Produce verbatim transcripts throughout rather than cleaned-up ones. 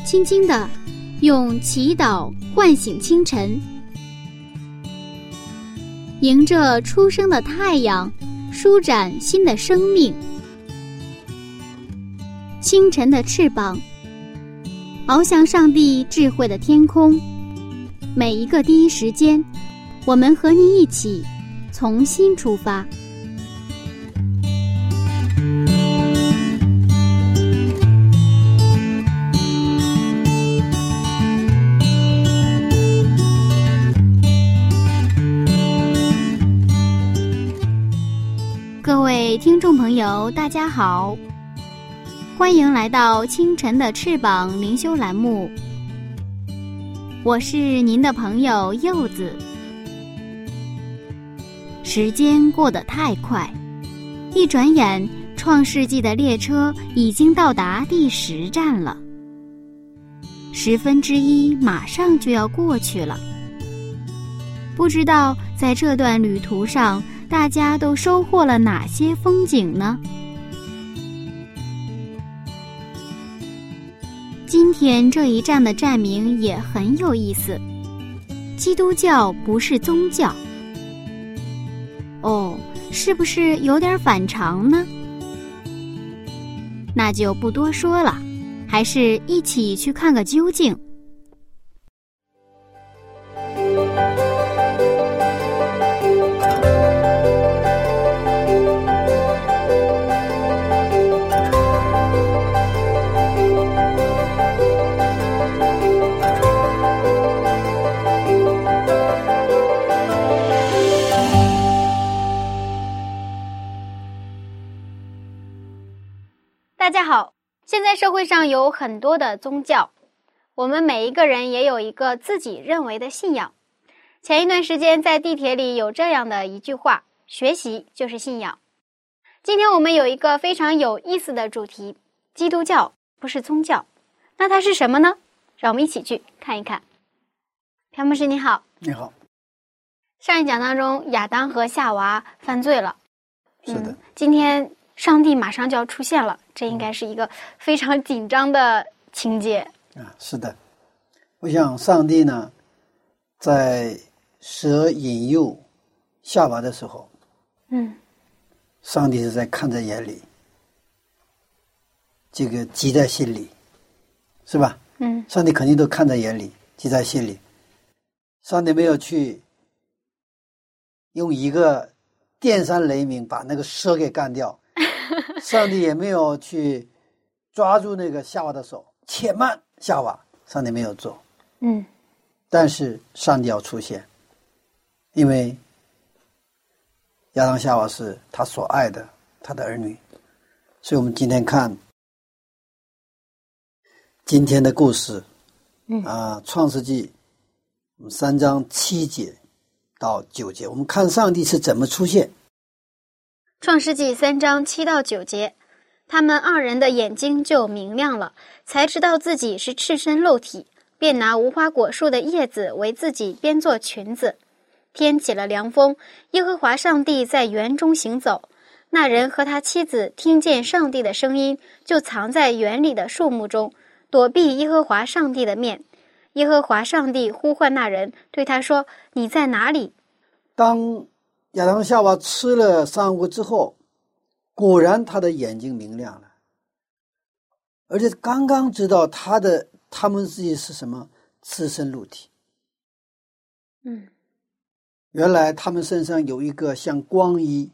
轻轻地用祈祷唤醒清晨，迎着初升的太阳，舒展新的生命。清晨的翅膀翱翔上帝智慧的天空，每一个第一时间，我们和你一起重新出发。各位听众朋友，大家好，欢迎来到清晨的翅膀灵修栏目，我是您的朋友柚子。时间过得太快，一转眼创世纪的列车已经到达第十站了，十分之一马上就要过去了。不知道在这段旅途上大家都收获了哪些风景呢？今天这一站的站名也很有意思，基督教不是宗教。哦，是不是有点反常呢？那就不多说了，还是一起去看个究竟。大家好，现在社会上有很多的宗教，我们每一个人也有一个自己认为的信仰。前一段时间在地铁里有这样的一句话，学习就是信仰。今天我们有一个非常有意思的主题，基督教不是宗教，那它是什么呢？让我们一起去看一看。朴牧师你好。 你好。 上一讲当中亚当和夏娃犯罪了， 是的、 嗯、今天上帝马上就要出现了，这应该是一个非常紧张的情节啊。是的，我想上帝呢，在蛇引诱夏娃的时候， 嗯， 上帝是在看在眼里，这个记在心里，是吧？ 嗯， 上帝肯定都看在眼里，记在心里。上帝没有去用一个电闪雷鸣把那个蛇给干掉。上帝也没有去抓住那个夏娃的手，且慢，夏娃，上帝没有做。 嗯， 但是上帝要出现，因为亚当夏娃是他所爱的，他的儿女。所以我们今天看今天的故事， 嗯啊，创世纪三章七节到九节，我们看上帝是怎么出现。 创世纪三章七到九节，他们二人的眼睛就明亮了，才知道自己是赤身露体，便拿无花果树的叶子为自己编作裙子。天起了凉风，耶和华上帝在园中行走，那人和他妻子听见上帝的声音，就藏在园里的树木中，躲避耶和华上帝的面。耶和华上帝呼唤那人，对他说：你在哪里？ 当亚当夏娃吃了善恶之后，果然他的眼睛明亮了，而且刚刚知道他的他们自己是什么赤身露体。 嗯， 原来他们身上有一个像光衣，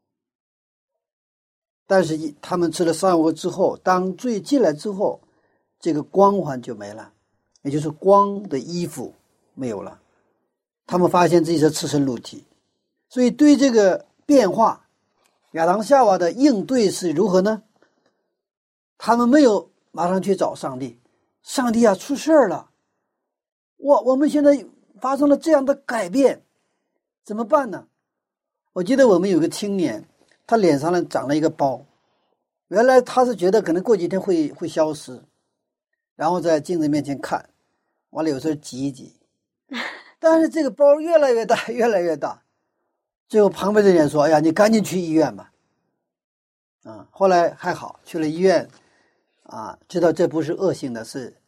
但是他们吃了善恶之后，当罪进来之后，这个光环就没了，也就是光的衣服没有了。他们发现自己是赤身露体，所以对这个变化，亚当夏娃的应对是如何呢？他们没有马上去找上帝，上帝啊，出事了，我我们现在发生了这样的改变，怎么办呢？我记得我们有个青年，他脸上呢长了一个包，原来他是觉得可能过几天会会消失，然后在镜子面前看，完了有时候挤一挤，但是这个包越来越大越来越大，最后旁边的人说：哎呀，你赶紧去医院吧。啊，后来还好，去了医院啊，知道这不是恶性的，是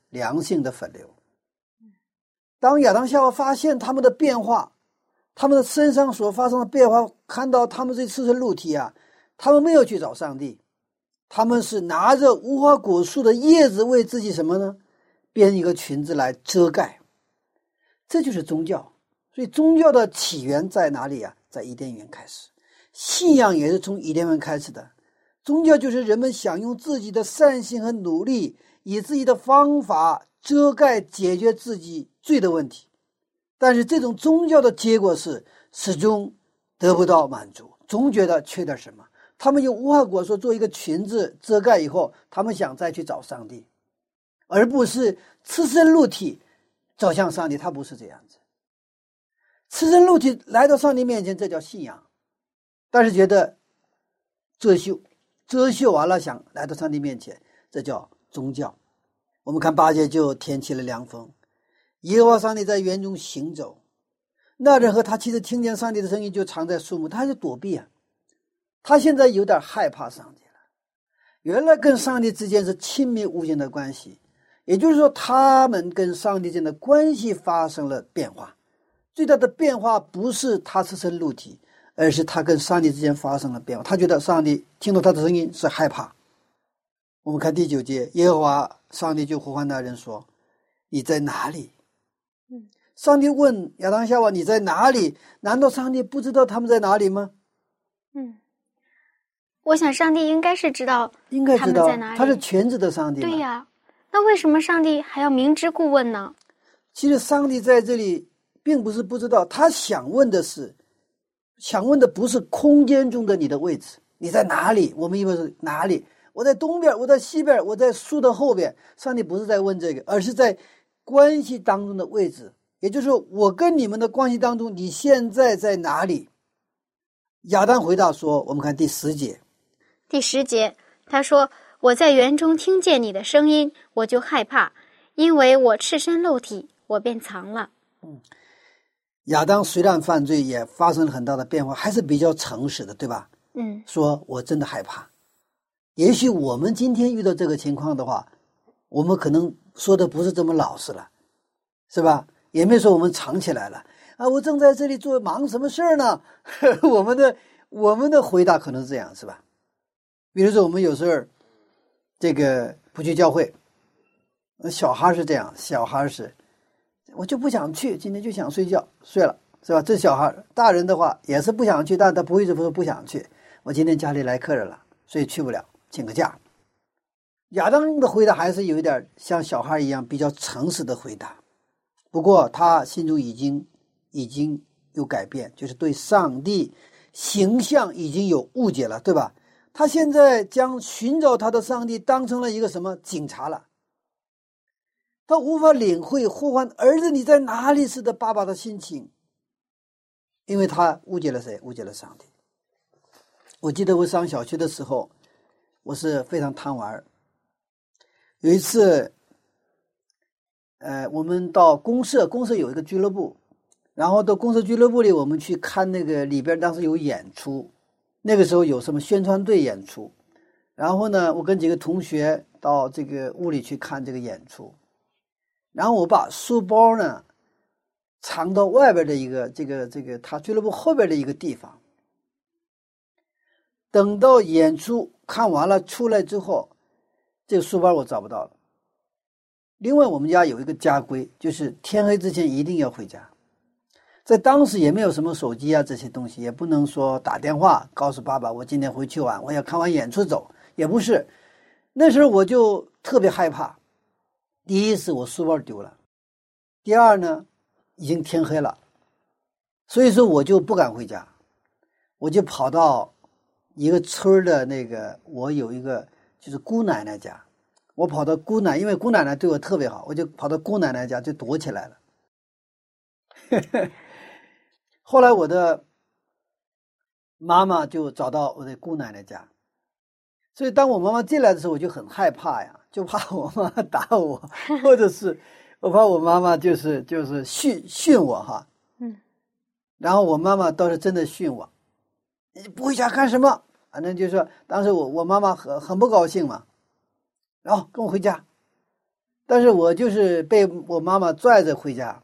良性的分流。当亚当夏娃发现他们的变化，他们的身上所发生的变化，看到他们这赤身露体啊，他们没有去找上帝，他们是拿着无花果树的叶子为自己什么呢？编一个裙子来遮盖。这就是宗教。所以宗教的起源在哪里啊？在伊甸园开始。信仰也是从伊甸园开始的。宗教就是人们想用自己的善行和努力，以自己的方法遮盖解决自己罪的问题。但是这种宗教的结果是始终得不到满足，总觉得缺点什么。他们用无花果树做一个裙子遮盖以后，他们想再去找上帝，而不是赤身露体走向上帝。他不是这样子，赤身露体来到上帝面前，这叫信仰。但是觉得遮羞，遮羞完了想来到上帝面前，这叫宗教。我们看八节就天起了凉风，耶和华上帝在园中行走，那人和他妻子听见上帝的声音，就藏在树木，他就躲避啊。他现在有点害怕上帝了。原来跟上帝之间是亲密无间的关系，也就是说他们跟上帝之间的关系发生了变化。最大的变化不是他赤身露体，而是他跟上帝之间发生了变化。他觉得上帝听到他的声音是害怕。我们看第九节，耶和华上帝就呼唤那人说，你在哪里？ 嗯， 上帝问亚当夏娃，你在哪里？难道上帝不知道他们在哪里吗？ 嗯，我想上帝应该是知道应该知道， 他们在哪里。 他是全知的上帝。 对呀，那为什么上帝还要明知故问呢？ 其实上帝在这里并不是不知道，他想问的是想问的不是空间中的你的位置，你在哪里？我们以为是哪里？我在东边，我在西边，我在树的后边。上帝不是在问这个，而是在关系当中的位置，也就是说我跟你们的关系当中，你现在在哪里？亚当回答说，我们看第十节。 第十节他说，我在园中听见你的声音，我就害怕，因为我赤身露体，我便藏了。 嗯，亚当虽然犯罪，也发生了很大的变化，还是比较诚实的，对吧？ 嗯， 说我真的害怕。也许我们今天遇到这个情况的话，我们可能说的不是这么老实了，是吧？也没说我们藏起来了啊，我正在这里做忙什么事儿呢？我们的我们的回答可能是这样，是吧？比如说我们有时候这个不去教会，小孩是这样，小孩是我就不想去，今天就想睡觉，睡了，是吧？这小孩，大人的话也是不想去，但他不会说不想去，我今天家里来客人了，所以去不了，请个假。亚当的回答还是有一点像小孩一样比较诚实的回答，不过他心中已经已经有改变，就是对上帝形象已经有误解了，对吧？他现在将寻找他的上帝当成了一个什么警察了，他无法领会呼唤儿子你在哪里时的爸爸的心情，因为他误解了谁？误解了上帝。我记得我上小学的时候，我是非常贪玩。有一次呃，我们到公社，公社有一个俱乐部，然后到公社俱乐部里我们去看那个里边当时有演出，那个时候有什么宣传队演出，然后呢我跟几个同学到这个屋里去看这个演出，然后我把书包呢藏到外边的一个这个这个他俱乐部后边的一个地方，等到演出看完了出来之后，这个书包我找不到了。另外我们家有一个家规，就是天黑之前一定要回家。在当时也没有什么手机啊这些东西，也不能说打电话告诉爸爸我今天回去晚，我要看完演出走，也不是。那时候我就特别害怕，第一是我书包丢了，第二呢已经天黑了，所以说我就不敢回家，我就跑到一个村的那个，我有一个就是姑奶奶家，我跑到姑奶，因为姑奶奶对我特别好，我就跑到姑奶奶家就躲起来了。后来我的妈妈就找到我的姑奶奶家，所以当我妈妈进来的时候，我就很害怕呀，就怕我妈妈打我，或者是我怕我妈妈就是就是训训我哈。 嗯， 然后我妈妈倒是真的训我，你不回家干什么？反正就是说当时我我妈妈很很不高兴嘛，然后跟我回家。 但是我就是被我妈妈拽着回家。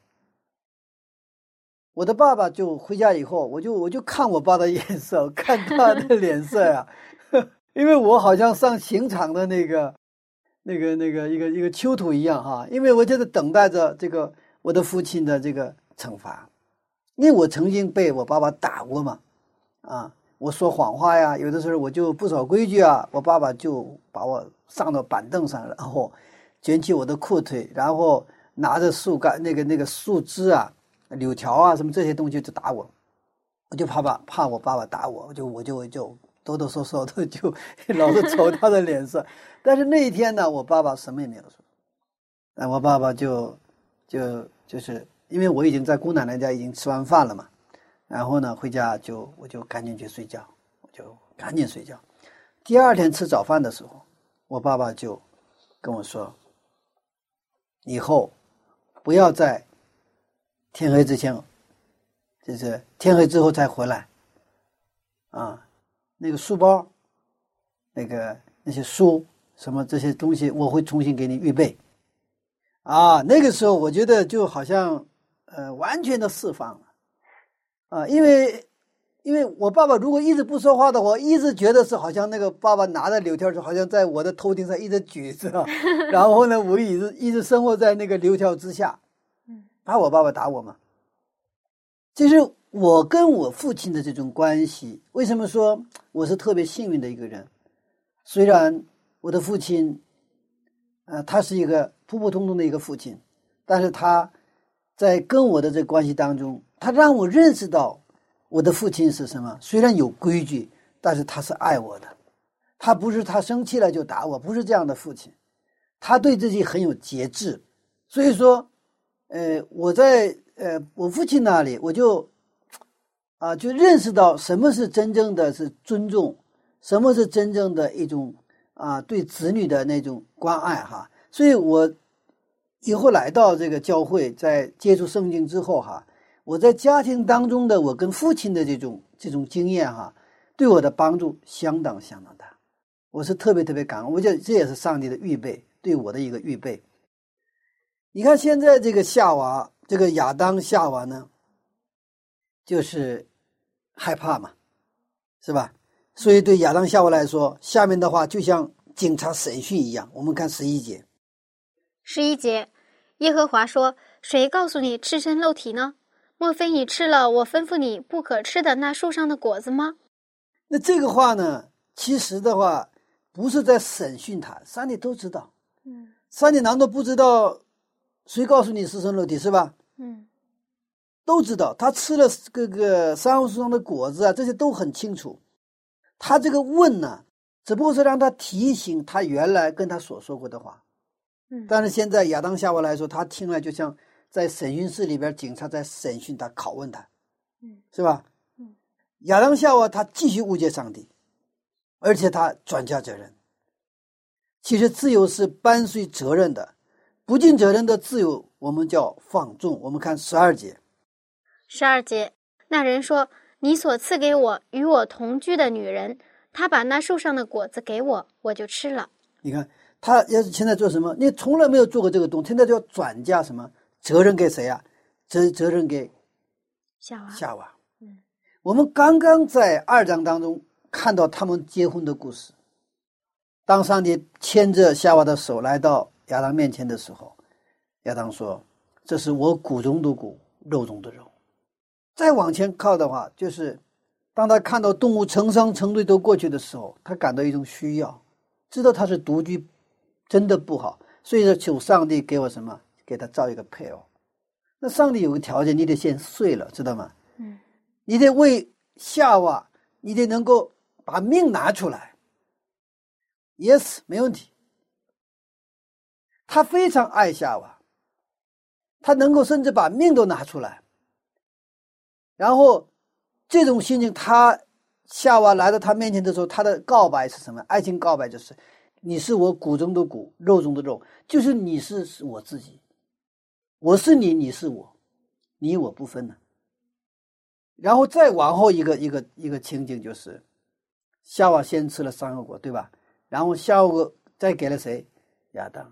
我的爸爸就回家以后，我就我就看我爸的眼色，看他的脸色呀、啊，因为我好像上刑场的那个那个那个一个一个囚徒一样哈，因为我就在等待着这个我的父亲的这个惩罚，因为我曾经被我爸爸打过嘛，啊，我说谎话呀，有的时候我就不守规矩啊，我爸爸就把我上到板凳上，然后卷起我的裤腿，然后拿着树干那个那个树枝啊。柳条啊，什么这些东西就打我，我就怕爸怕我爸爸打我，我就我就我就哆哆嗦嗦的就老是瞅他的脸色。但是那一天呢，我爸爸什么也没有说，那我爸爸就就就是因为我已经在姑奶奶家已经吃完饭了嘛，然后呢回家就我就赶紧去睡觉，我就赶紧睡觉。第二天吃早饭的时候，我爸爸就跟我说，以后不要在天黑之前，就是天黑之后才回来啊。那个书包，那个那些书什么这些东西，我会重新给你预备啊。那个时候我觉得就好像呃完全的释放了啊，因为因为我爸爸如果一直不说话的话，一直觉得是好像那个爸爸拿着柳条，好像在我的头顶上一直举着，然后呢，我一直一直生活在那个柳条之下。怕我爸爸打我嘛。其实我跟我父亲的这种关系，为什么说我是特别幸运的一个人？虽然我的父亲呃，他是一个普普通通的一个父亲，但是他在跟我的这个关系当中，他让我认识到我的父亲是什么。虽然有规矩，但是他是爱我的，他不是他生气了就打我，不是这样的父亲，他对自己很有节制。所以说呃，我在呃我父亲那里，我就啊就认识到什么是真正的是尊重，什么是真正的一种啊对子女的那种关爱哈。所以我以后来到这个教会，在接触圣经之后哈，我在家庭当中的我跟父亲的这种这种经验哈，对我的帮助相当相当大，我是特别特别感恩。我觉得这也是上帝的预备，对我的一个预备。你看现在这个夏娃，这个亚当夏娃呢，就是害怕嘛，是吧？所以对亚当夏娃来说，下面的话就像警察审讯一样。我们看十一节。 十一节，耶和华说：谁告诉你赤身露体呢？莫非你吃了我吩咐你不可吃的那树上的果子吗？ 那这个话呢，其实的话不是在审讯他，上帝都知道。 嗯， 上帝难道不知道谁告诉你赤身露体，是吧？ 嗯， 都知道。他吃了这个珊瑚树上的果子啊，这些都很清楚。他这个问呢，只不过是让他提醒他原来跟他所说过的话。 嗯， 但是现在亚当夏娃来说，他听了就像在审讯室里边警察在审讯他，拷问他， 嗯， 是吧？ 嗯， 亚当夏娃他继续误解上帝，而且他转嫁责任。其实自由是伴随责任的，不尽责任的自由我们叫放纵。我们看十二节。 十二节，那人说：你所赐给我与我同居的女人，她把那树上的果子给我，我就吃了。 你看他要是现在做什么，你从来没有做过这个东西，现在就要转嫁什么责任给谁啊？责责任给夏娃。 夏娃。 嗯， 我们刚刚在二章当中看到他们结婚的故事。当上帝牵着夏娃的手来到亚当面前的时候，亚当说：这是我骨中的骨，肉中的肉。再往前靠的话，就是当他看到动物成双成对都过去的时候，他感到一种需要，知道他是独居真的不好，所以说求上帝给我什么，给他造一个配偶。那上帝有个条件，你得先睡了，知道吗？ 嗯， 你得为夏娃，你得能够把命拿出来。Yes， 没问题。他非常爱夏娃，他能够甚至把命都拿出来。然后这种心情，他夏娃来到他面前的时候，他的告白是什么？爱情告白就是你是我骨中的骨，肉中的肉，就是你是我自己，我是你，你是我，你我不分的。然后再往后一个一个一个情景，就是夏娃先吃了三个果，对吧？然后夏娃再给了谁？亚当。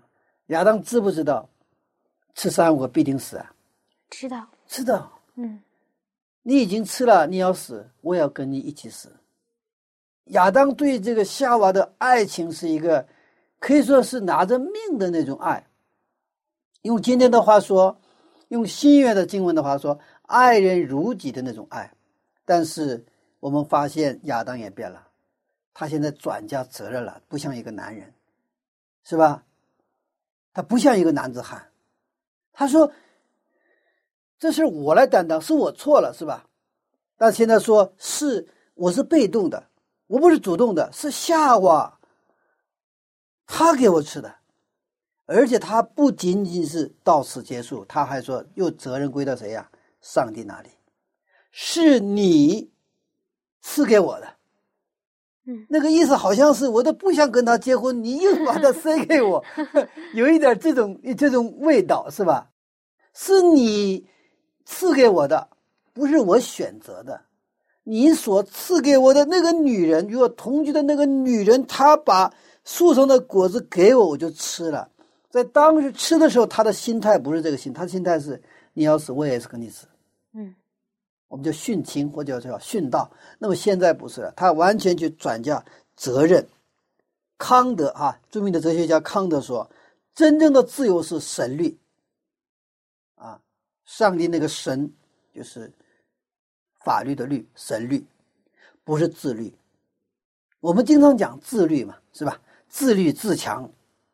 亚当知不知道吃善恶果必定死啊？ 知道。 知道。 嗯， 你已经吃了，你要死，我也要跟你一起死。亚当对这个夏娃的爱情是一个可以说是拿着命的那种爱。用今天的话说，用新约的经文的话说，爱人如己的那种爱。但是我们发现亚当也变了，他现在转嫁责任了，不像一个男人，是吧？他不像一个男子汉。他说这事我来担当，是我错了，是吧？但现在说是我是被动的，我不是主动的，是夏娃他给我吃的。而且他不仅仅是到此结束，他还说又责任归到谁呀？上帝那里，是你赐给我的。 嗯， 那个意思好像是我都不想跟他结婚，你又把他塞给我，有一点这种这种味道，是吧？是你赐给我的，不是我选择的。你所赐给我的那个女人，与我同居的那个女人，她把树上的果子给我，我就吃了。在当时吃的时候，他的心态不是这个心，他的心态是你要死我也是跟你死。 嗯， 我们叫殉情或者叫殉道。那么现在不是了，他完全去转嫁责任。康德啊，著名的哲学家康德说，真正的自由是神律啊，上帝那个神就是法律的律，神律，不是自律。我们经常讲自律嘛，是吧？自律自强。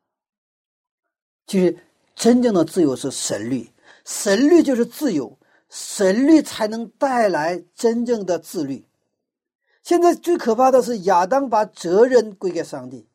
其实真正的自由是神律，神律就是自由，神律才能带来真正的自律。现在最可怕的是亚当把责任归给上帝，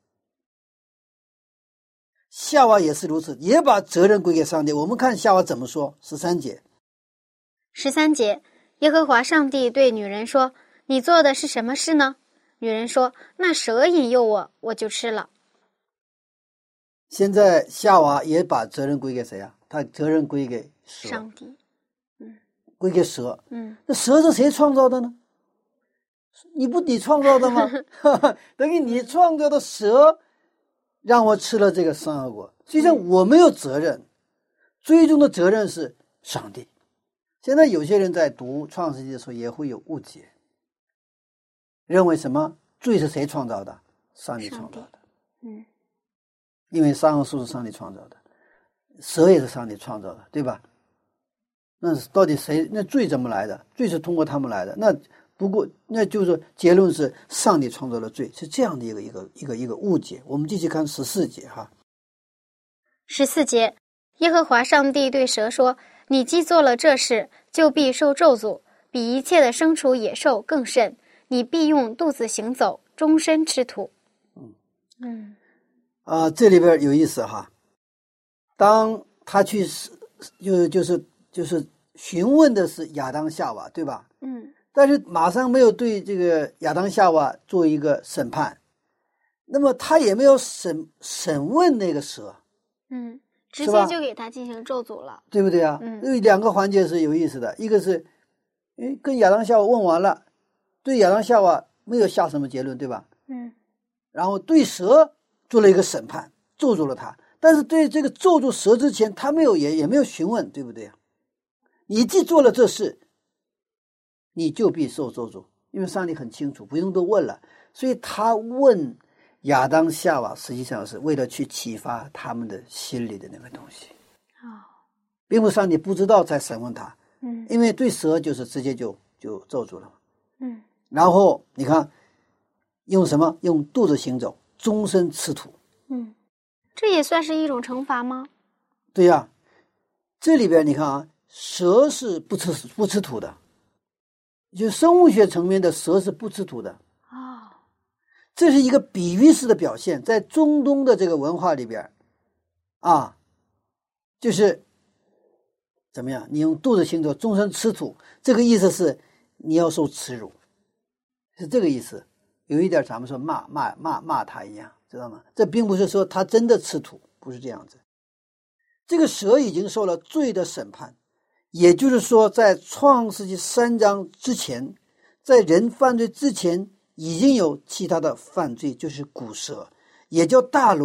夏娃也是如此，也把责任归给上帝。我们看夏娃怎么说，十三节。 十三节，耶和华上帝对女人说，你做的是什么事呢？女人说，那蛇引诱我，我就吃了。 现在夏娃也把责任归给谁啊？他责任归给蛇， 上帝。嗯， 归给蛇。 嗯， 那蛇是谁创造的呢？你不你创造的吗？等于你创造的蛇让我吃了这个善恶果。实际上我没有责任，最终的责任是上帝。现在有些人在读创世纪的时候也会有误解，认为什么罪是谁创造的？上帝创造的。 嗯， 因为善恶树是上帝创造的，蛇也是上帝创造的，对吧？那到底谁？那罪怎么来的？罪是通过他们来的。那不过，那就是结论是上帝创造了罪，是这样的一个一个一个一个误解。我们继续看十四节哈。 十四节，耶和华上帝对蛇说：“你既做了这事，就必受咒诅，比一切的牲畜野兽更甚。你必用肚子行走，终身吃土。”嗯嗯。 啊、呃，这里边有意思哈。当他去就就是就是询问的是亚当夏娃，对吧？ 嗯。 但是马上没有对这个亚当夏娃做一个审判，那么他也没有审审问那个蛇， 嗯，直接就给他进行咒诅了， 对不对啊？ 嗯， 有两个环节是有意思的，一个是，诶，跟亚当夏娃问完了，对亚当夏娃没有下什么结论，对吧？ 嗯， 然后对蛇做了一个审判，咒诅了他，但是对这个咒诅蛇之前，他没有也也没有询问，对不对啊？你既做了这事，你就必受咒诅，因为上帝很清楚，不用多问了。所以他问亚当夏娃，实际上是为了去启发他们的心里的那个东西。 哦， 并不是上帝不知道在审问他， 嗯， 因为对蛇就是直接就就咒诅了， 嗯， 然后你看用什么？用肚子行走，终身吃土。 嗯，这也算是一种惩罚吗？ 对呀、啊，这里边你看啊，蛇是不吃不吃土的。就生物学层面的蛇是不吃土的哦， 这是一个比喻式的表现，在中东的这个文化里边啊，就是怎么样？你用肚子行走，终身吃土，这个意思是你要受耻辱，是这个意思。有一点咱们说骂骂骂骂他一样，知道吗？这并不是说他真的吃土，不是这样子。这个蛇已经受了罪的审判。也就是说，在创世纪三章之前，在人犯罪之前，已经有其他的犯罪，就是古蛇，也叫大龙，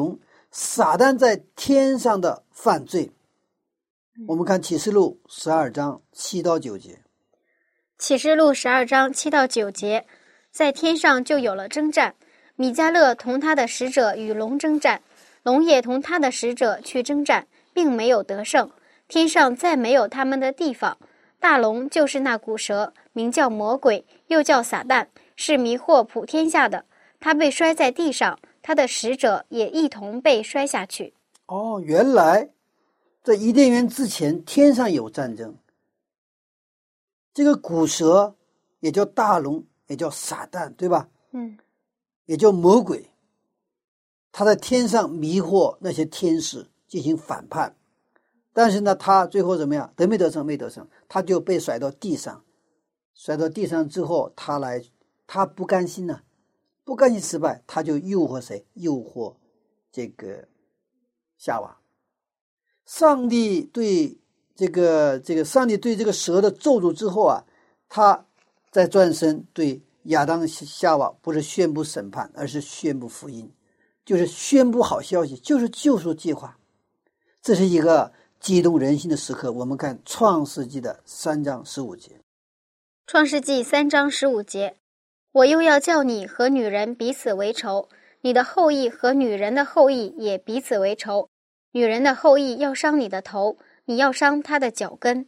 撒旦在天上的犯罪。我们看启示录十二章七到九节。 启示录十二章七到九节，在天上就有了征战，米迦勒同他的使者与龙征战，龙也同他的使者去征战，并没有得胜。天上再没有他们的地方。大龙就是那古蛇，名叫魔鬼，又叫撒旦，是迷惑普天下的。他被摔在地上，他的使者也一同被摔下去。 哦，原来在伊甸园之前，天上有战争。这个古蛇也叫大龙，也叫撒旦，对吧？ 嗯， 也叫魔鬼。他在天上迷惑那些天使进行反叛，但是呢，他最后怎么样？得没得胜？没得胜，他就被甩到地上。甩到地上之后，他来，他不甘心呢、啊，不甘心失败，他就诱惑谁？诱惑这个夏娃。上帝对这个这个上帝对这个蛇的咒诅之后啊，他在转身对亚当夏娃不是宣布审判，而是宣布福音，就是宣布好消息，就是救赎计划。这是一个激动人心的时刻。我们看创世纪的三章十五节。 创世纪三章十五节，我又要叫你和女人彼此为仇，你的后裔和女人的后裔也彼此为仇。女人的后裔要伤你的头，你要伤她的脚跟。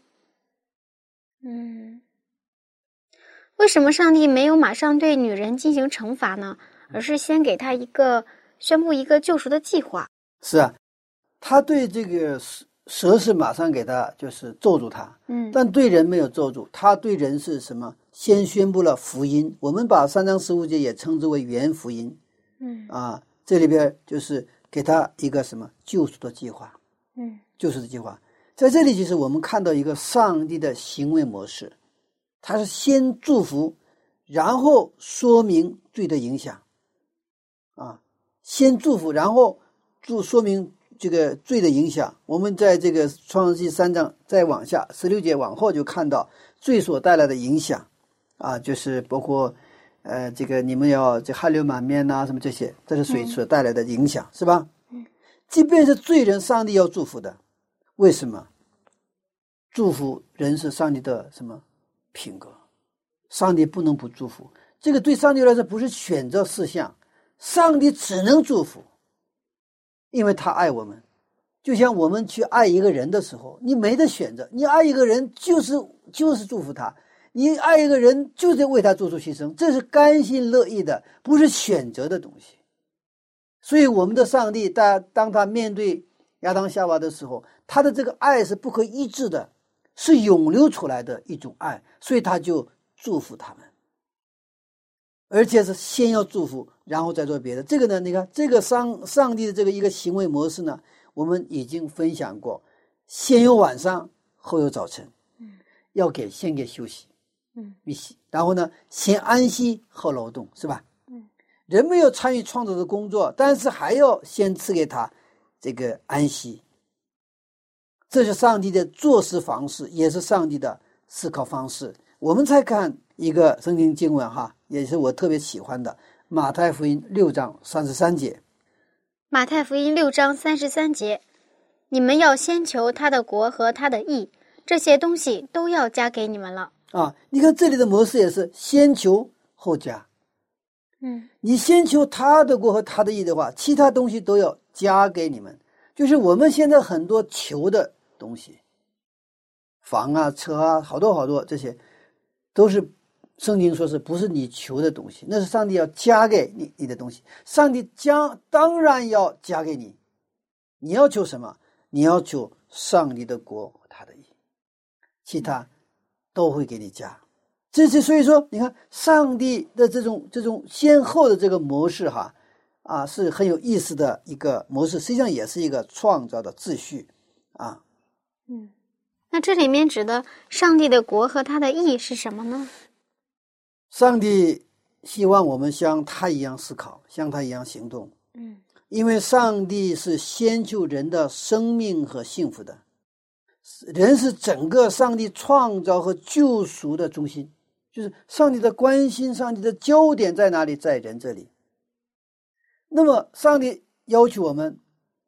嗯，为什么上帝没有马上对女人进行惩罚呢？而是先给她一个宣布一个救赎的计划？ 是啊，他对这个蛇是马上给他就是咒诅他， 嗯， 但对人没有咒诅，他对人是什么？先宣布了福音。我们把三章十五节也称之为原福音。 嗯啊，这里边就是给他一个什么救赎的计划。 嗯， 救赎的计划在这里，其实我们看到一个上帝的行为模式，他是先祝福，然后说明罪的影响。啊，先祝福，然后祝说明这个罪的影响。我们在这个创世纪三章再往下十六节往后就看到罪所带来的影响啊，就是包括呃这个你们要这汗流满面呐、啊、什么这些，这是水所带来的影响、嗯、是吧？ 嗯， 即便是罪人，上帝要祝福的。为什么？祝福人是上帝的什么品格？上帝不能不祝福。这个对上帝来说不是选择事项，上帝只能祝福，因为他爱我们。就像我们去爱一个人的时候，你没得选择，你爱一个人就是就是祝福他，你爱一个人就是为他做出牺牲，这是甘心乐意的，不是选择的东西。所以我们的上帝当当他面对亚当夏娃的时候，他的这个爱是不可抑制的，是涌流出来的一种爱，所以他就祝福他们，而且是先要祝福然后再做别的。这个呢，你看这个上上帝的这个一个行为模式呢，我们已经分享过，先有晚上后有早晨， 嗯， 要给先给休息， 嗯， 然后呢先安息后劳动，是吧？ 嗯， 人没有参与创造的工作，但是还要先赐给他这个安息。这是上帝的做事方式，也是上帝的思考方式。我们再看一个圣经经文哈，也是我特别喜欢的，马太福音六章三十三节。 马太福音六章三十三节，你们要先求他的国和他的义，这些东西都要加给你们了。 啊，你看这里的模式也是先求后加。 嗯， 你先求他的国和他的义的话，其他东西都要加给你们。就是我们现在很多求的东西，房啊车啊好多好多，这些都是圣经说是不是你求的东西，那是上帝要加给你你的东西。上帝将当然要加给你，你要求什么？你要求上帝的国和他的义，其他都会给你加。这是所以说你看上帝的这种这种先后的这个模式哈啊，是很有意思的一个模式，实际上也是一个创造的秩序啊。 嗯，那这里面指的上帝的国和他的义是什么呢？ 上帝希望我们像他一样思考，像他一样行动。 嗯， 因为上帝是先求人的生命和幸福的，人是整个上帝创造和救赎的中心，就是上帝的关心，上帝的焦点在哪里？在人这里。那么上帝要求我们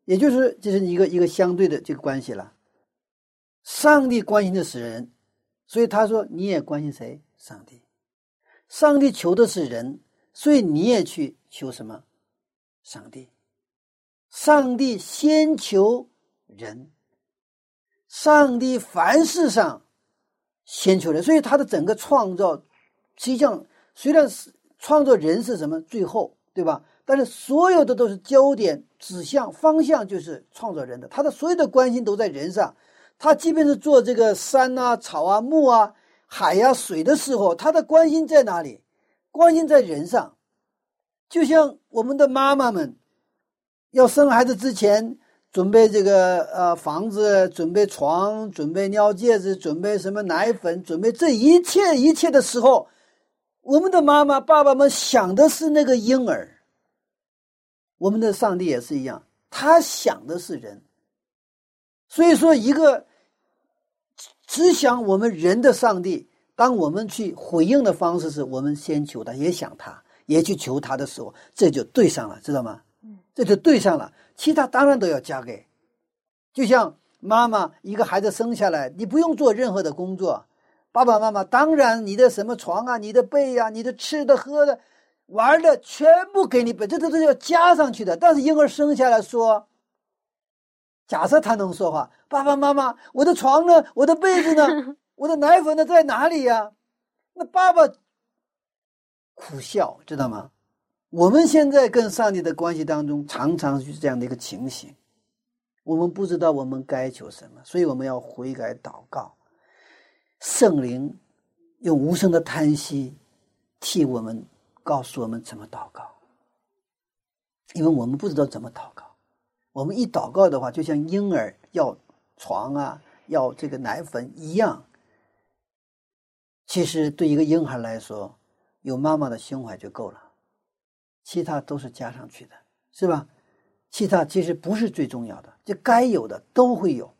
也就是这是一个一个相对的这个关系了。上帝关心的是人，所以他说你也关心谁？上帝。上帝求的是人，所以你也去求什么？上帝。上帝先求人，上帝凡事上先求人，所以他的整个创造实际上虽然是创造人是什么最后，对吧？但是所有的都是焦点指向方向，就是创造人的，他的所有的关心都在人上。他即便是做这个山啊草啊木啊海啊水的时候，他的关心在哪里？关心在人上。就像我们的妈妈们要生孩子之前准备这个呃房子，准备床，准备尿介子，准备什么奶粉，准备这一切一切的时候，我们的妈妈爸爸们想的是那个婴儿。我们的上帝也是一样，他想的是人。所以说一个只想我们人的上帝，当我们去回应的方式是我们先求他，也想他，也去求他的时候，这就对上了，知道吗？这就对上了，其他当然都要加给。就像妈妈一个孩子生下来，你不用做任何的工作，爸爸妈妈当然你的什么床啊，你的被啊，你的吃的喝的玩的全部给你，这都是要加上去的。但是婴儿生下来说，假设他能说话，爸爸妈妈，我的床呢？我的被子呢？我的奶粉呢？在哪里呀？那爸爸苦笑，知道吗？我们现在跟上帝的关系当中常常是这样的一个情形，我们不知道我们该求什么，所以我们要悔改祷告，圣灵用无声的叹息替我们告诉我们怎么祷告，因为我们不知道怎么祷告。我们一祷告的话，就像婴儿要床啊，要这个奶粉一样。其实对一个婴孩来说，有妈妈的胸怀就够了，其他都是加上去的，是吧？其他其实不是最重要的，就该有的都会有。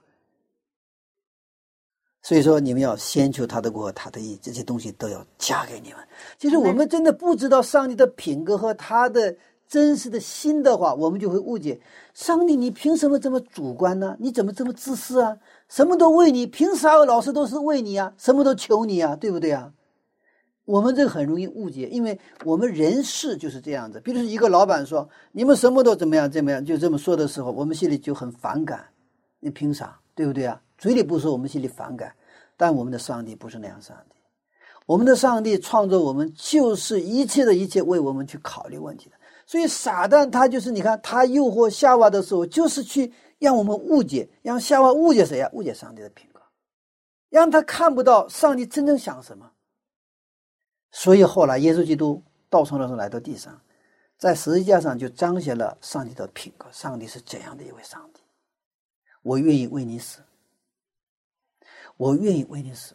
所以说你们要先求他的国和他的义，这些东西都要加给你们。其实我们真的不知道上帝的品格和他的真实的心的话，我们就会误解上帝，你凭什么这么主观呢？你怎么这么自私啊？什么都为你，凭啥老师都是为你啊？什么都求你啊，对不对啊？我们这个很容易误解，因为我们人事就是这样子。比如说一个老板说你们什么都怎么样怎么样，就这么说的时候，我们心里就很反感，你凭啥，对不对啊？嘴里不说，我们心里反感。但我们的上帝不是那样上帝，我们的上帝创造我们就是一切的一切为我们去考虑问题的。所以撒旦他就是你看他诱惑夏娃的时候，就是去让我们误解，让夏娃误解谁呀？误解上帝的品格，让他看不到上帝真正想什么。所以后来耶稣基督道成肉身来到地上，在十字架上就彰显了上帝的品格，上帝是怎样的一位上帝。我愿意为你死，我愿意为你死。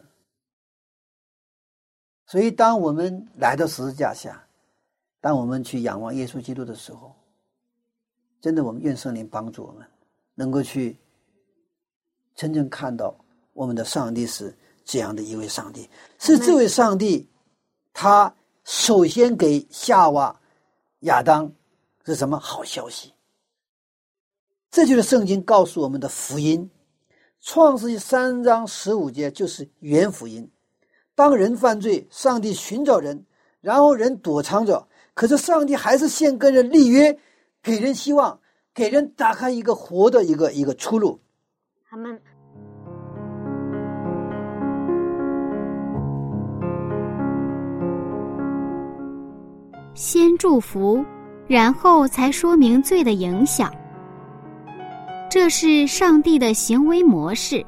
所以当我们来到十字架下，当我们去仰望耶稣基督的时候，真的我们愿圣灵帮助我们能够去真正看到我们的上帝是这样的一位上帝，是这位上帝他首先给夏娃亚当是什么好消息。这就是圣经告诉我们的福音。创世纪三章十五节就是原福音。当人犯罪，上帝寻找人，然后人躲藏着，可是上帝还是先跟人立约，给人希望，给人打开一个活的一个一个出路。 阿们。 先祝福，然后才说明罪的影响，这是上帝的行为模式。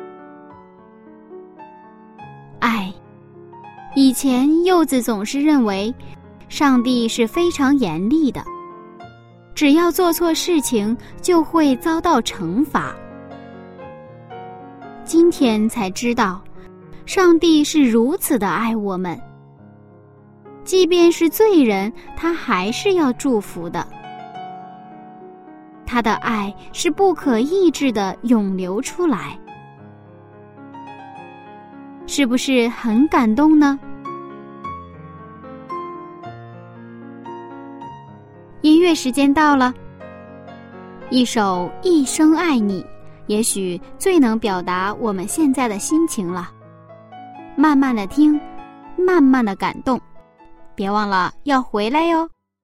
爱，以前柚子总是认为上帝是非常严厉的，只要做错事情就会遭到惩罚。今天才知道，上帝是如此的爱我们，即便是罪人，他还是要祝福的。他的爱是不可抑制的涌流出来，是不是很感动呢？音乐时间到了， 一首《一生爱你》也许最能表达我们现在的心情了。慢慢的听，慢慢的感动，别忘了要回来哟。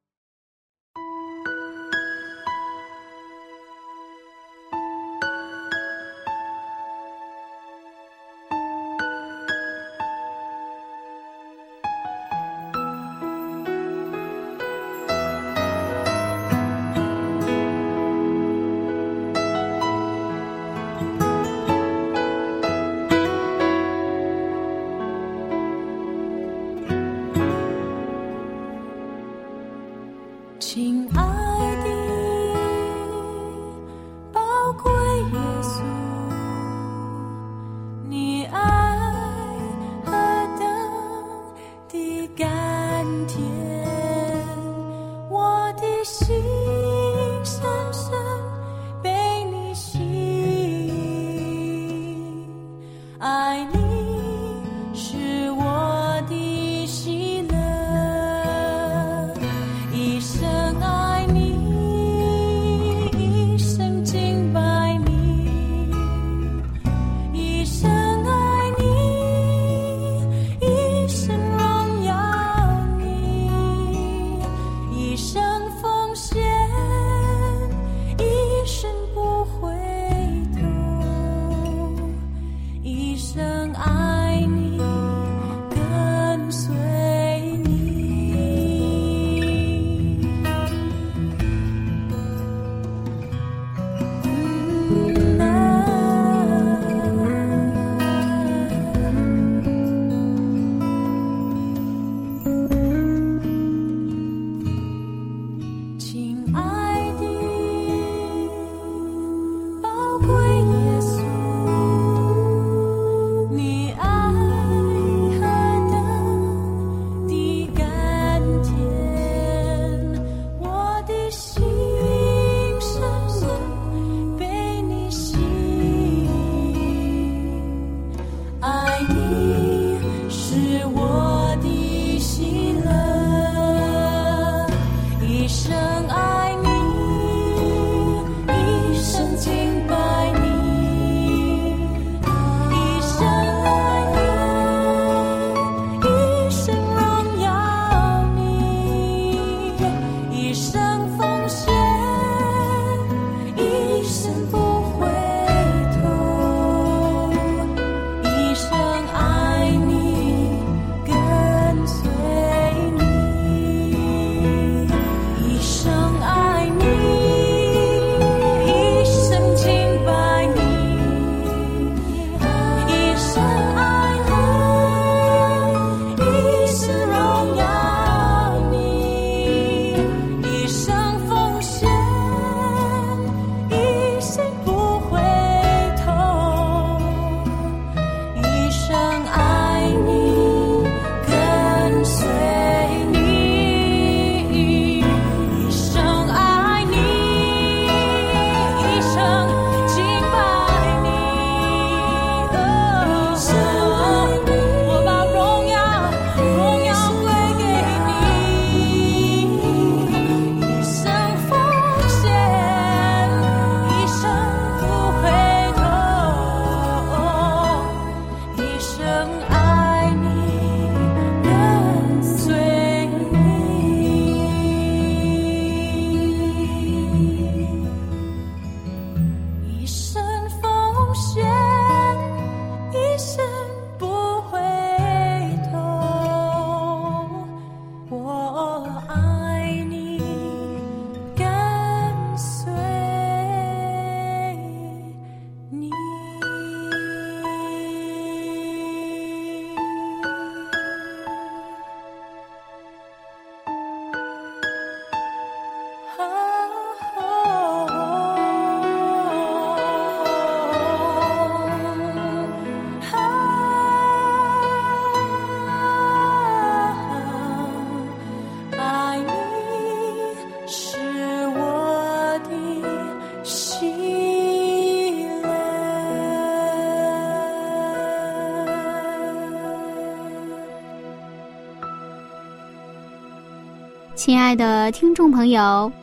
亲爱的宝贵耶稣，你爱何等的甘甜，我的心深深被你吸引，爱你是我的喜乐，一生爱你，一生敬拜你，一生爱你，一生荣耀你，一生奉献，一生不回头，一生爱你，跟随亲爱的听众朋友，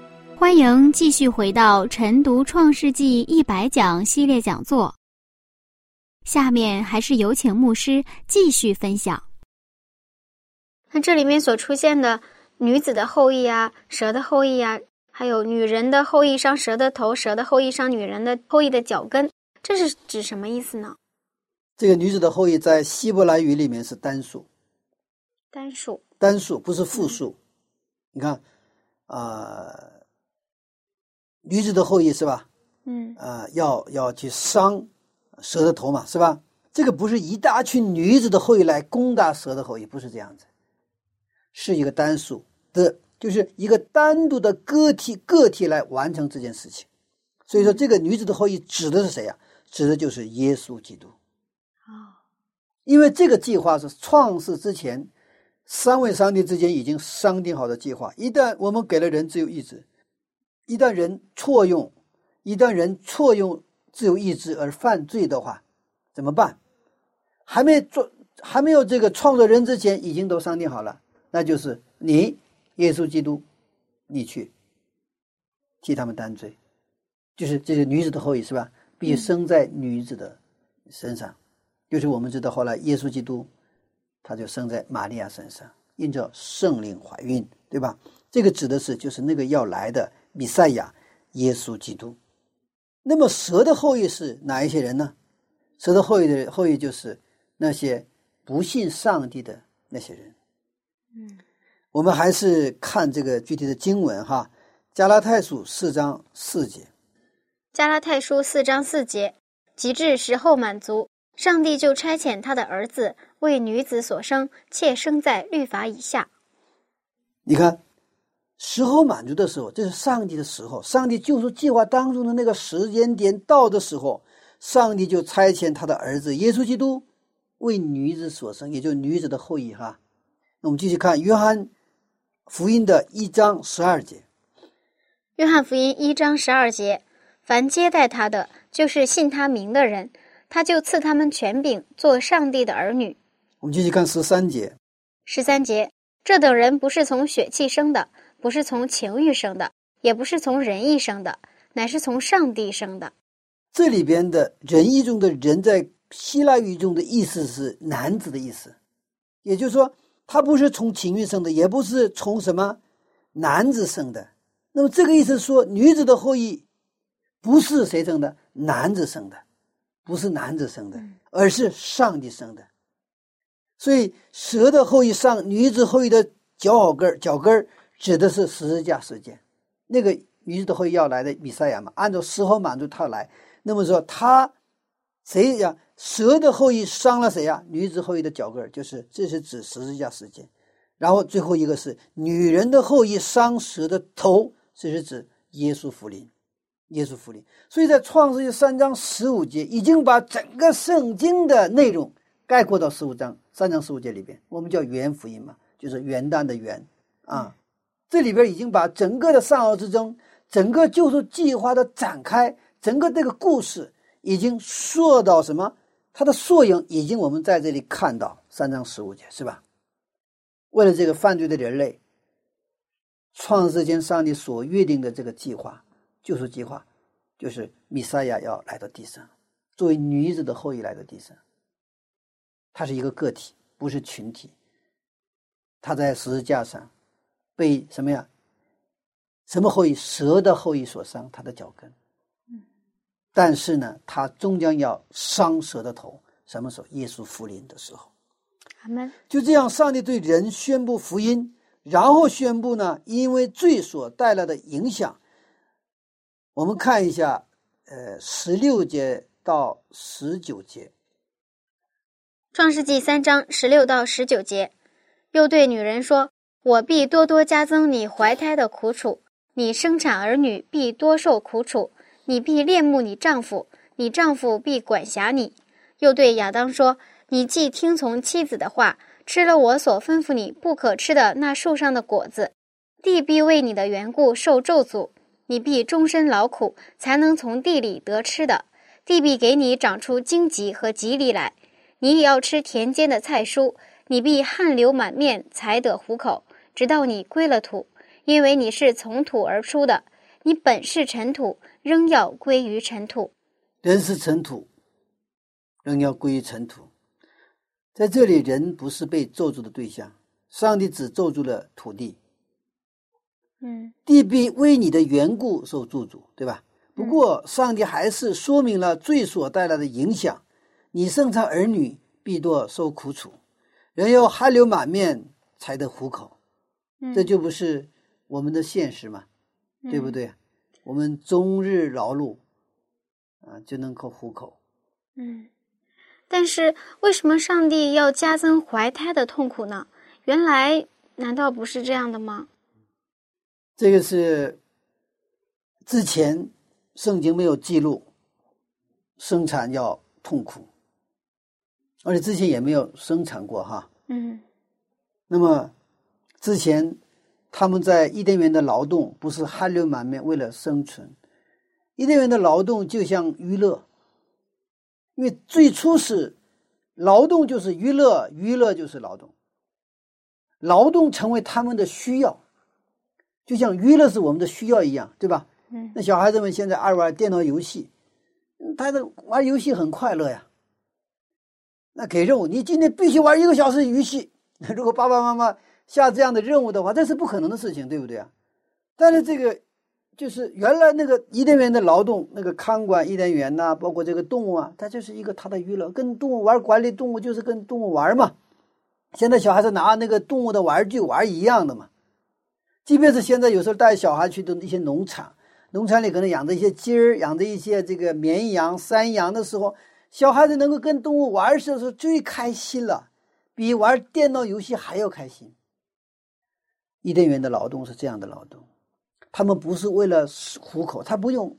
欢迎继续回到晨读创世纪一百讲系列讲座。下面还是有请牧师继续分享。 那这里面所出现的女子的后裔啊，蛇的后裔啊，还有女人的后裔伤蛇的头，蛇的后裔伤女人的后裔的脚跟，这是指什么意思呢？ 这个女子的后裔在希伯来语里面是单数， 单数， 单数不是复数。嗯、你看，啊、呃，女子的后裔是吧？ 嗯， 啊、呃，要要去伤蛇的头嘛，是吧？这个不是一大群女子的后裔来攻打蛇的后裔，不是这样子，是一个单数的，就是一个单独的个体个体来完成这件事情。所以说，这个女子的后裔指的是谁呀、啊？指的就是耶稣基督。 哦， 因为这个计划是创世之前三位上帝之间已经商定好的计划。一旦我们给了人自由意志，一旦人错用，一旦人错用自由意志而犯罪的话，怎么办？还没做，还没有这个创造人之前，已经都商定好了，那就是你，耶稣基督，你去替他们担罪，就是这个女子的后裔是吧？必须生在女子的身上。嗯，就是我们知道后来耶稣基督他就生在玛利亚身上，因着圣灵怀孕，对吧？这个指的是就是那个要来的弥赛亚耶稣基督。那么蛇的后裔是哪一些人呢？蛇的后裔的后裔就是那些不信上帝的那些人。 嗯， 我们还是看这个具体的经文哈，加拉太书四章四节。 加拉太书四章四节，及至时候满足，上帝就差遣他的儿子为女子所生，且生在律法以下。 你看，时候满足的时候，这是上帝的时候，上帝救赎计划当中的那个时间点到的时候，上帝就差遣他的儿子耶稣基督为女子所生，也就是女子的后裔哈。那我们继续看约翰福音的一章十二节。 约翰福音一章十二节，凡接待他的，就是信他名的人，他就赐他们权柄，做上帝的儿女。 我们继续看十三节。 十三节，这等人不是从血气生的，不是从情欲生的，也不是从人意生的，乃是从上帝生的。 这里边的人意中的人，在希腊语中的意思是男子的意思，也就是说，他不是从情欲生的，也不是从什么男子生的。那么这个意思说，女子的后裔不是谁生的？男子生的，不是男子生的，而是上帝生的。所以蛇的后裔上女子后裔的脚跟脚跟指的是十字架事件，那个女子的后裔要来的弥赛亚嘛，按照时候满足他来。那么说他谁呀？蛇的后裔伤了谁呀？女子后裔的脚跟，就是这是指十字架事件。然后最后一个是女人的后裔伤蛇的头，这是指耶稣福临，耶稣福临。所以在创世纪三章十五节已经把整个圣经的内容概括到十五章三章十五节里边，我们叫元福音嘛，就是元旦的元啊。这里边已经把整个的善恶之争，整个救赎计划的展开，整个这个故事已经说到什么？它的缩影已经我们在这里看到三章十五节，是吧？为了这个犯罪的人类，创世间上帝所约定的这个计划，救赎计划，就是弥赛亚要来到地上，作为女子的后裔来到地上。他是一个个体，不是群体。他在十字架上被什么呀？什么后裔？蛇的后裔所伤，他的脚跟。但是呢，他终将要伤蛇的头。什么时候？耶稣复临的时候。 阿们。 就这样，上帝对人宣布福音，然后宣布呢，因为罪所带来的影响。我们看一下，呃，十六节到十九节。 创世纪三章十六到十九节，又对女人说：“我必多多加增你怀胎的苦楚，你生产儿女必多受苦楚，你必恋慕你丈夫，你丈夫必管辖你。”又对亚当说：“你既听从妻子的话，吃了我所吩咐你不可吃的那树上的果子，地必为你的缘故受咒诅，你必终身劳苦，才能从地里得吃的。地必给你长出荆棘和棘藜来，你也要吃田间的菜蔬，你必汗流满面才得糊口，直到你归了土，因为你是从土而出的， 你本是尘土，仍要归于尘土。 人是尘土，仍要归于尘土。在这里，人不是被咒诅的对象，上帝只咒诅了土地。 嗯， 地必为你的缘故受咒诅，对吧？不过上帝还是说明了罪所带来的影响，你生产儿女必多受苦楚，人要汗流满面才得糊口。 嗯， 这就不是我们的现实嘛， 嗯、 对不对？我们终日劳碌啊，就能够糊口。 嗯，但是为什么上帝要加增怀胎的痛苦呢？原来难道不是这样的吗？ 这个是之前圣经没有记录生产要痛苦，而且之前也没有生产过哈。 嗯， 那么之前他们在伊甸园的劳动不是汗流满面为了生存，伊甸园的劳动就像娱乐，因为最初是劳动就是娱乐，娱乐就是劳动，劳动成为他们的需要，就像娱乐是我们的需要一样，对吧？ 嗯， 那小孩子们现在爱玩电脑游戏，他的玩游戏很快乐呀。那给任务，你今天必须玩一个小时游戏，如果爸爸妈妈下这样的任务的话，这是不可能的事情，对不对啊？但是这个就是原来那个伊甸园的劳动，那个看管伊甸园呐、啊，包括这个动物啊，它就是一个它的娱乐，跟动物玩，管理动物就是跟动物玩嘛。现在小孩子拿那个动物的玩具玩一样的嘛。即便是现在有时候带小孩去的一些农场，农场里可能养着一些鸡儿，养着一些这个绵羊、山羊的时候，小孩子能够跟动物玩的时候最开心了，比玩电脑游戏还要开心。伊甸园的劳动是这样的劳动，他们不是为了糊口，他不用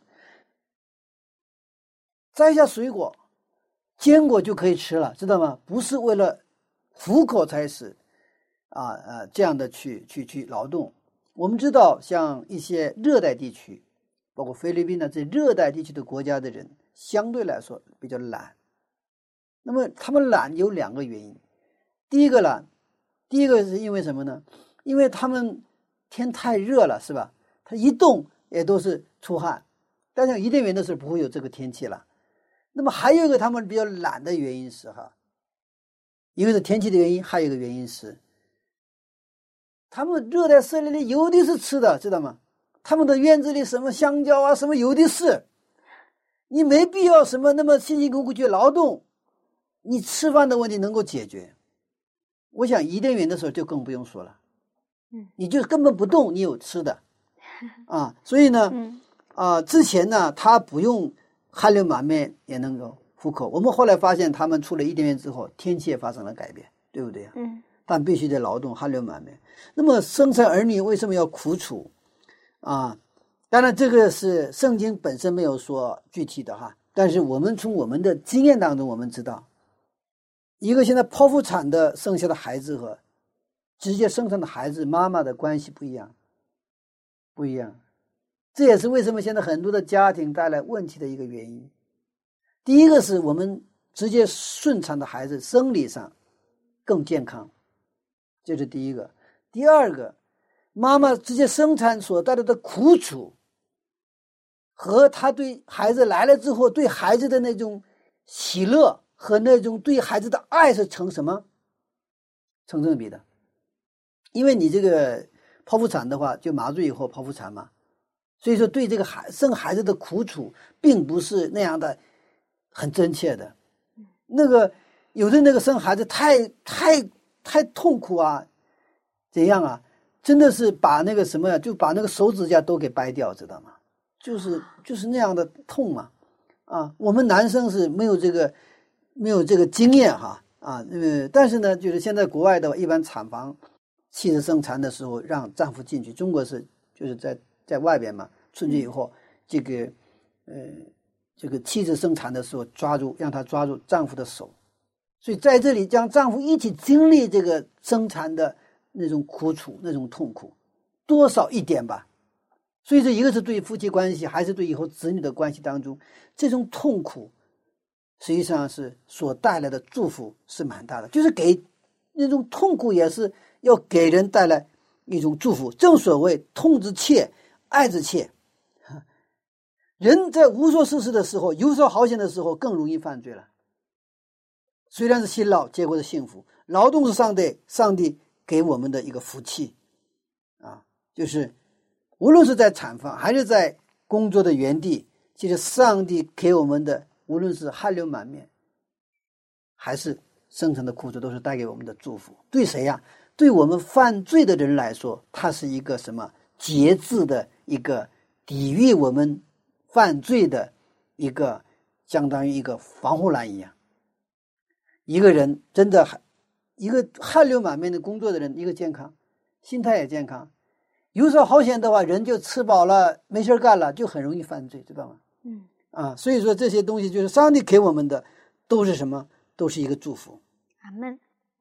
摘下水果坚果就可以吃了，知道吗？不是为了糊口才是啊啊这样的去去去劳动。我们知道像一些热带地区，包括菲律宾呢，这热带地区的国家的人相对来说比较懒。那么他们懒有两个原因，第一个懒，第一个是因为什么呢？因为他们天太热了，是吧？他一动也都是出汗，但是伊甸园的时候不会有这个天气了。那么还有一个他们比较懒的原因是哈，一个是天气的原因，还有一个原因是他们热带森林里有的是吃的，知道吗？他们的院子里什么香蕉啊什么有的是，你没必要什么那么辛辛苦苦去劳动，你吃饭的问题能够解决。我想伊甸园的时候就更不用说了， 嗯， 你就根本不动，你有吃的啊。所以呢， 嗯啊，之前呢他不用汗流满面也能够糊口。我们后来发现他们出了伊甸园之后，天气也发生了改变，对不对啊？ 嗯， 但必须得劳动，汗流满面。那么生产儿女为什么要苦楚啊？当然这个是圣经本身没有说具体的哈，但是我们从我们的经验当中我们知道，一个现在剖腹产的生下的孩子和直接生产的孩子妈妈的关系不一样，不一样。这也是为什么现在很多的家庭带来问题的一个原因。第一个是我们直接顺产的孩子生理上更健康，这是第一个。第二个，妈妈直接生产所带来的苦楚和她对孩子来了之后对孩子的那种喜乐和那种对孩子的爱是成什么？成正比的。因为你这个剖腹产的话就麻醉以后剖腹产嘛，所以说对这个孩生孩子的苦楚并不是那样的很真切的。那个有的那个生孩子太太太痛苦啊，怎样啊？真的是把那个什么呀，就把那个手指甲都给掰掉，知道吗？就是就是那样的痛嘛。啊，我们男生是没有这个没有这个经验哈啊，呃，但是呢，就是现在国外的一般产房妻子生产的时候让丈夫进去，中国是就是在在外边嘛，出去以后，这个呃这个妻子生产的时候抓住让她抓住丈夫的手，所以在这里将丈夫一起经历这个生产的那种苦楚那种痛苦，多少一点吧。所以这一个是对夫妻关系还是对以后子女的关系当中，这种痛苦实际上是所带来的祝福是蛮大的，就是给那种痛苦也是要给人带来一种祝福。正所谓痛之切爱之切， 人在无所事事的时候，游手好闲的时候更容易犯罪了。虽然是辛劳，结果是幸福。劳动是上帝上帝给我们的一个福气啊，就是无论是在产房还是在工作的原地，其实上帝给我们的，无论是汗流满面还是生成的苦楚，都是带给我们的祝福。对谁呀、啊？对我们犯罪的人来说，它是一个什么节制的一个抵御我们犯罪的一个相当于一个防护栏一样。一个人真的一个汗流满面的工作的人，一个健康，心态也健康，游手好闲的话，人就吃饱了没事干了，就很容易犯罪，知道吗？ 嗯啊，所以说这些东西就是上帝给我们的，都是什么？都是一个祝福。 阿们。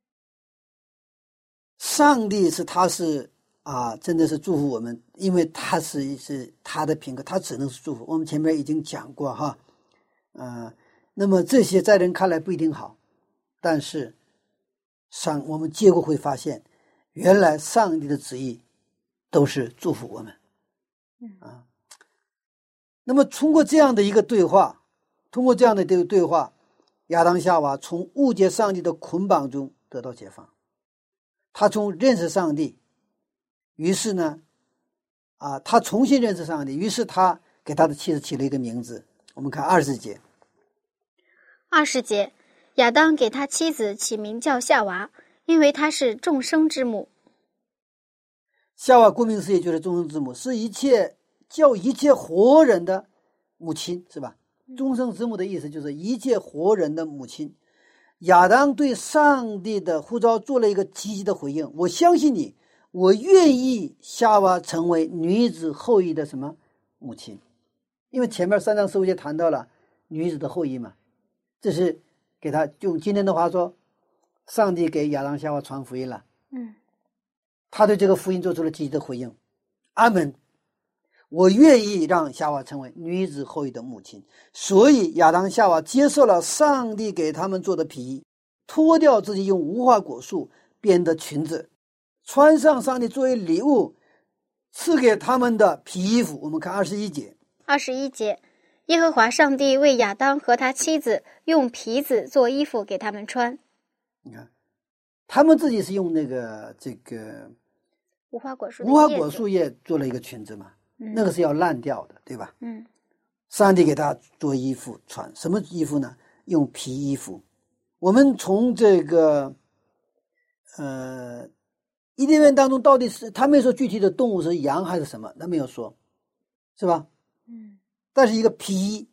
上帝是他是啊，真的是祝福我们，因为他是是他的品格，他只能是祝福。我们前面已经讲过哈，呃，那么这些在人看来不一定好，但是上我们结果会发现，原来上帝的旨意都是祝福我们啊。那么通过这样的一个对话，通过这样的这个对话，亚当夏娃从误解上帝的捆绑中得到解放。他从认识上帝，于是呢，啊，他重新认识上帝，于是他给他的妻子起了一个名字。我们看二十节。 二十节，亚当给他妻子起名叫夏娃，因为她是众生之母。 夏娃顾名思义就是众生之母，是一切叫一切活人的母亲，是吧？众生之母的意思就是一切活人的母亲。亚当对上帝的呼召做了一个积极的回应，我相信你，我愿意夏娃成为女子后裔的什么母亲，因为前面三章十五节谈到了女子的后裔嘛，这是给他用今天的话说，上帝给亚当夏娃传福音了。 嗯， 他对这个福音做出了积极的回应。阿们，我愿意让夏娃成为女子后裔的母亲。所以亚当夏娃接受了上帝给他们做的皮衣，脱掉自己用无花果树编的裙子，穿上上帝作为礼物赐给他们的皮衣服。我们看二十一节。 二十一节，耶和华上帝为亚当和他妻子用皮子做衣服给他们穿。 你看，他们自己是用那个这个无花果树的无花叶子果树叶做了一个裙子嘛， 嗯那个是要烂掉的，对吧？ 嗯上帝给他做衣服穿，什么衣服呢？用皮衣服。我们从这个呃伊甸园当中到底是他没说具体的动物是羊还是什么，他没有说，是吧？ 嗯但是一个皮衣。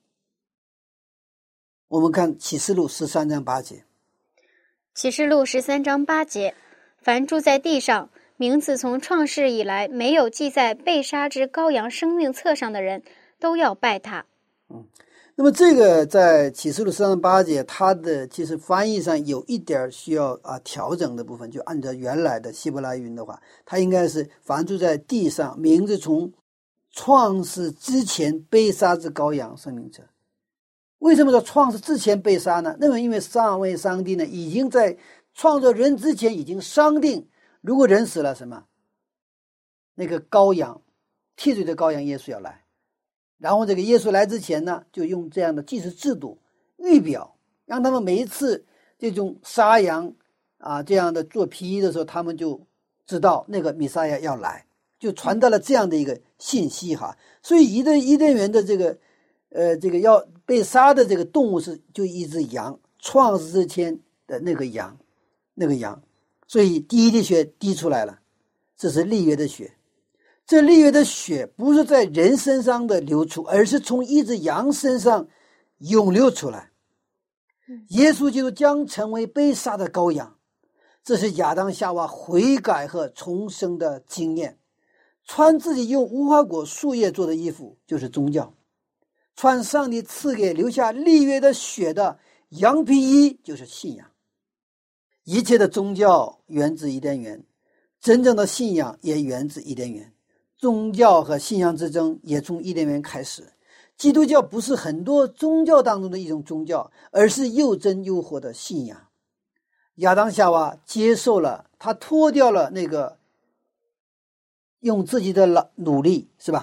我们看启示录十三章八节。 启示录十三章八节，凡住在地上，名字从创世以来没有记在被杀之羔羊生命册上的人，都要拜他。 嗯，那么这个在启示录十三章八节，它的其实翻译上有一点需要啊调整的部分，就按照原来的希伯来语的话，它应该是凡住在地上，名字从创世之前被杀之羔羊生命册。为什么说创世之前被杀呢？那么因为上位上帝呢已经在创造人之前已经商定，如果人死了什么，那个羔羊替罪的羔羊耶稣要来，然后这个耶稣来之前呢，就用这样的祭祀制度预表，让他们每一次这种杀羊啊这样的做皮衣的时候，他们就知道那个弥撒亚要来，就传达了这样的一个信息哈。所以伊甸伊甸园的这个呃这个要被杀的这个动物是就一只羊，创世之前的那个羊，那个羊，所以第一滴血滴出来了，这是立约的血。这立约的血不是在人身上的流出，而是从一只羊身上涌流出来。耶稣基督将成为被杀的羔羊，这是亚当夏娃悔改和重生的经验。穿自己用无花果树叶做的衣服就是宗教，穿上帝赐给留下立约的血的羊皮衣就是信仰。一切的宗教源自伊甸园，真正的信仰也源自伊甸园。宗教和信仰之争也从伊甸园开始。基督教不是很多宗教当中的一种宗教，而是又真又活的信仰。亚当夏娃接受了，他脱掉了那个用自己的努力，是吧？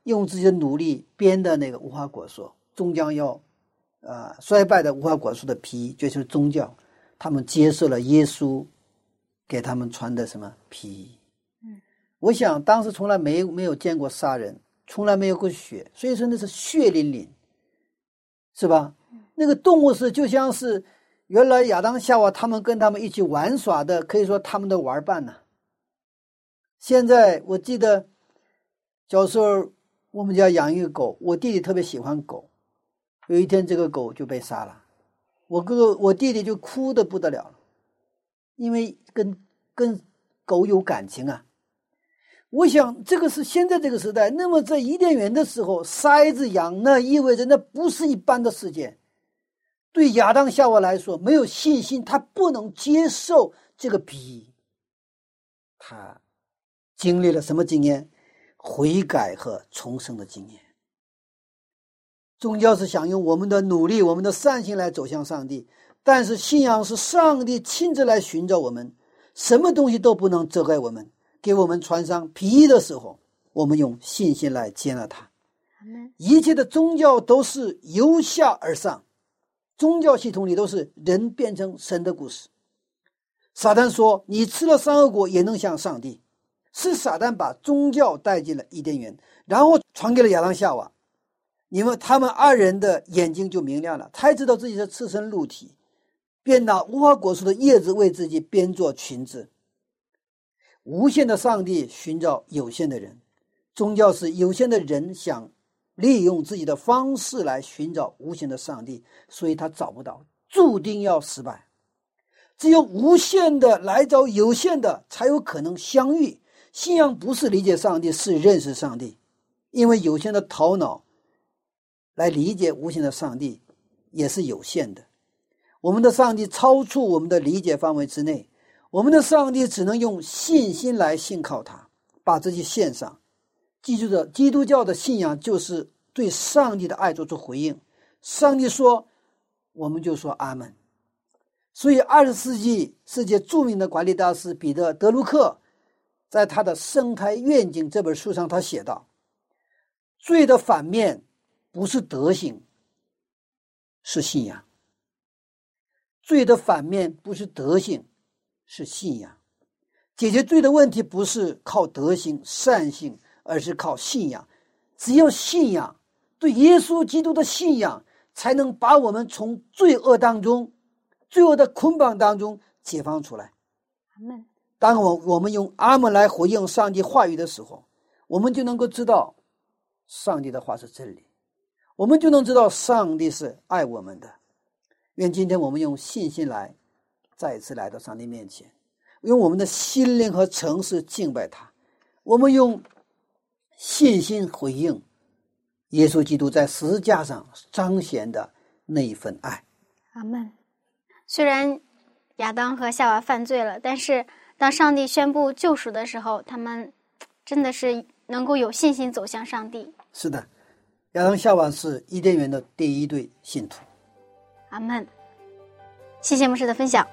用自己的努力编的那个无花果树，终将要呃衰败的无花果树的皮，就是宗教，他们接受了耶稣给他们穿的什么皮。 嗯， 我想当时从来没有没有见过杀人，从来没有过血，所以说那是血淋淋，是吧？那个动物是就像是原来亚当夏娃他们跟他们一起玩耍的，可以说他们的玩伴呢、啊。现在我记得小时候我们家养一个狗，我弟弟特别喜欢狗，有一天这个狗就被杀了，我哥哥我弟弟就哭得不得了，因为跟跟狗有感情啊。我想这个是现在这个时代，那么在伊甸园的时候杀一只羊，那意味着那不是一般的事件。对亚当夏娃来说没有信心，他不能接受这个皮。他经历了什么经验？悔改和重生的经验。宗教是想用我们的努力，我们的善行来走向上帝，但是信仰是上帝亲自来寻找我们，什么东西都不能遮盖我们，给我们穿上皮衣的时候，我们用信心来接纳它。一切的宗教都是由下而上，宗教系统里都是人变成神的故事。撒旦说你吃了善恶果也能像上帝，是撒旦把宗教带进了伊甸园，然后传给了亚当夏娃。你们他们二人的眼睛就明亮了，才知道自己是赤身露体，便拿无花果树的叶子为自己编做裙子。无限的上帝寻找有限的人，宗教是有限的人想利用自己的方式来寻找无限的上帝，所以他找不到，注定要失败。只有无限的来找有限的，才有可能相遇。信仰不是理解上帝，是认识上帝。因为有限的头脑来理解无限的上帝也是有限的，我们的上帝超出我们的理解范围之内，我们的上帝只能用信心来信靠他，把自己献上。记住的，基督教的信仰就是对上帝的爱做出回应，上帝说我们就说阿们。所以二十世纪世界著名的管理大师彼得·德鲁克在他的《生态愿景》这本书上，他写道，罪的反面不是德行，是信仰。罪的反面不是德行，是信仰。解决罪的问题不是靠德行善行，而是靠信仰。只有信仰，对耶稣基督的信仰，才能把我们从罪恶当中罪恶的捆绑当中解放出来。 阿们。 当我我们用阿们来回应上帝话语的时候，我们就能够知道上帝的话是真理，我们就能知道上帝是爱我们的。愿今天我们用信心来再一次来到上帝面前，用我们的心灵和诚实敬拜他，我们用信心回应耶稣基督在十字架上彰显的那一份爱。 阿们。虽然亚当和夏娃犯罪了，但是当上帝宣布救赎的时候，他们真的是能够有信心走向上帝。 是的，亚当夏娃是伊甸园的第一对信徒。 阿们。谢谢牧师的分享。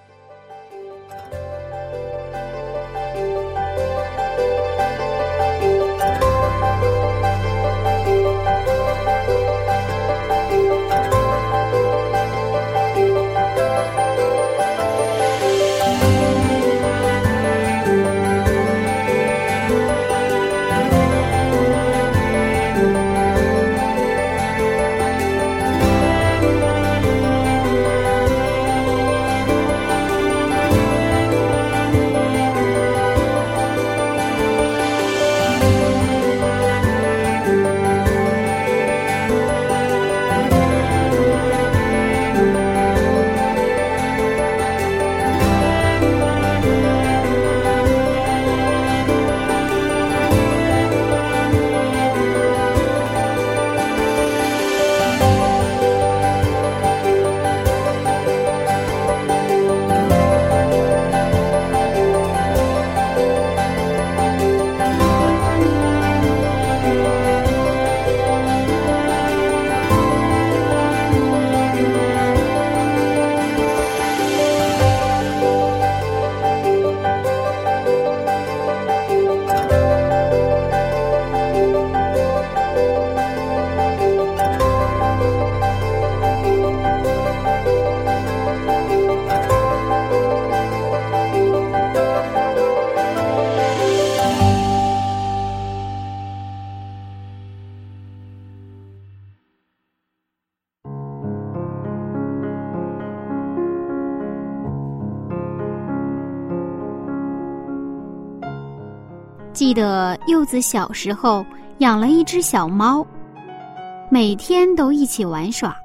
记得柚子小时候养了一只小猫，每天都一起玩耍。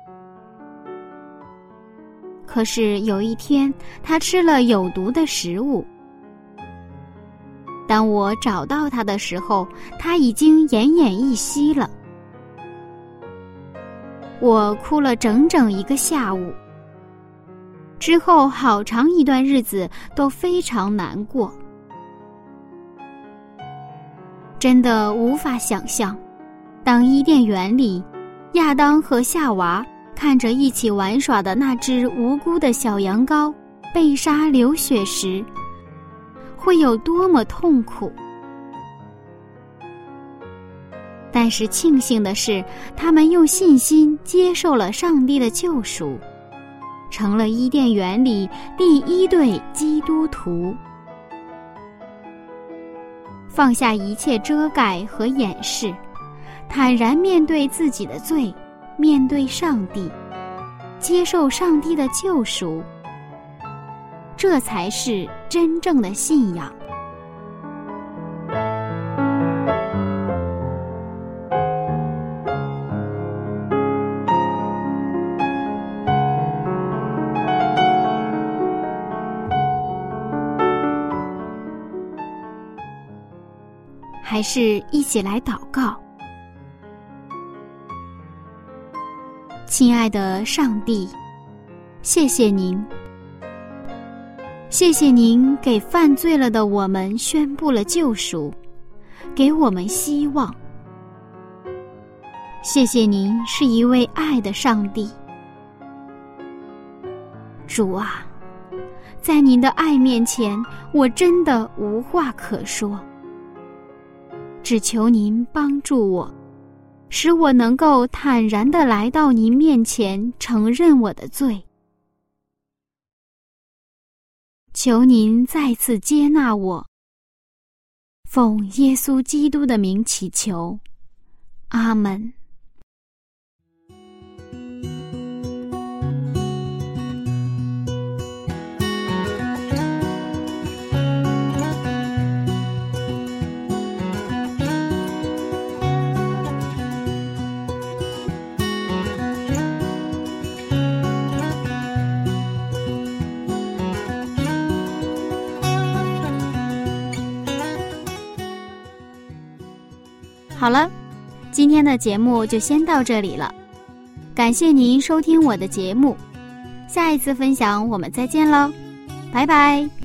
可是有一天，它吃了有毒的食物。当我找到它的时候，它已经奄奄一息了。我哭了整整一个下午，之后好长一段日子都非常难过。真的无法想象，当伊甸园里，亚当和夏娃看着一起玩耍的那只无辜的小羊羔被杀流血时，会有多么痛苦。但是庆幸的是，他们用信心接受了上帝的救赎，成了伊甸园里第一对基督徒。放下一切遮盖和掩饰，坦然面对自己的罪，面对上帝，接受上帝的救赎，这才是真正的信仰。还是一起来祷告。亲爱的上帝，谢谢您，谢谢您给犯罪了的我们宣布了救赎，给我们希望。谢谢您是一位爱的上帝。主啊，在您的爱面前，我真的无话可说。只求您帮助我，使我能够坦然地来到您面前，承认我的罪。求您再次接纳我，奉耶稣基督的名祈求，阿们。好了，今天的节目就先到这里了，感谢您收听我的节目，下一次分享我们再见喽，拜拜。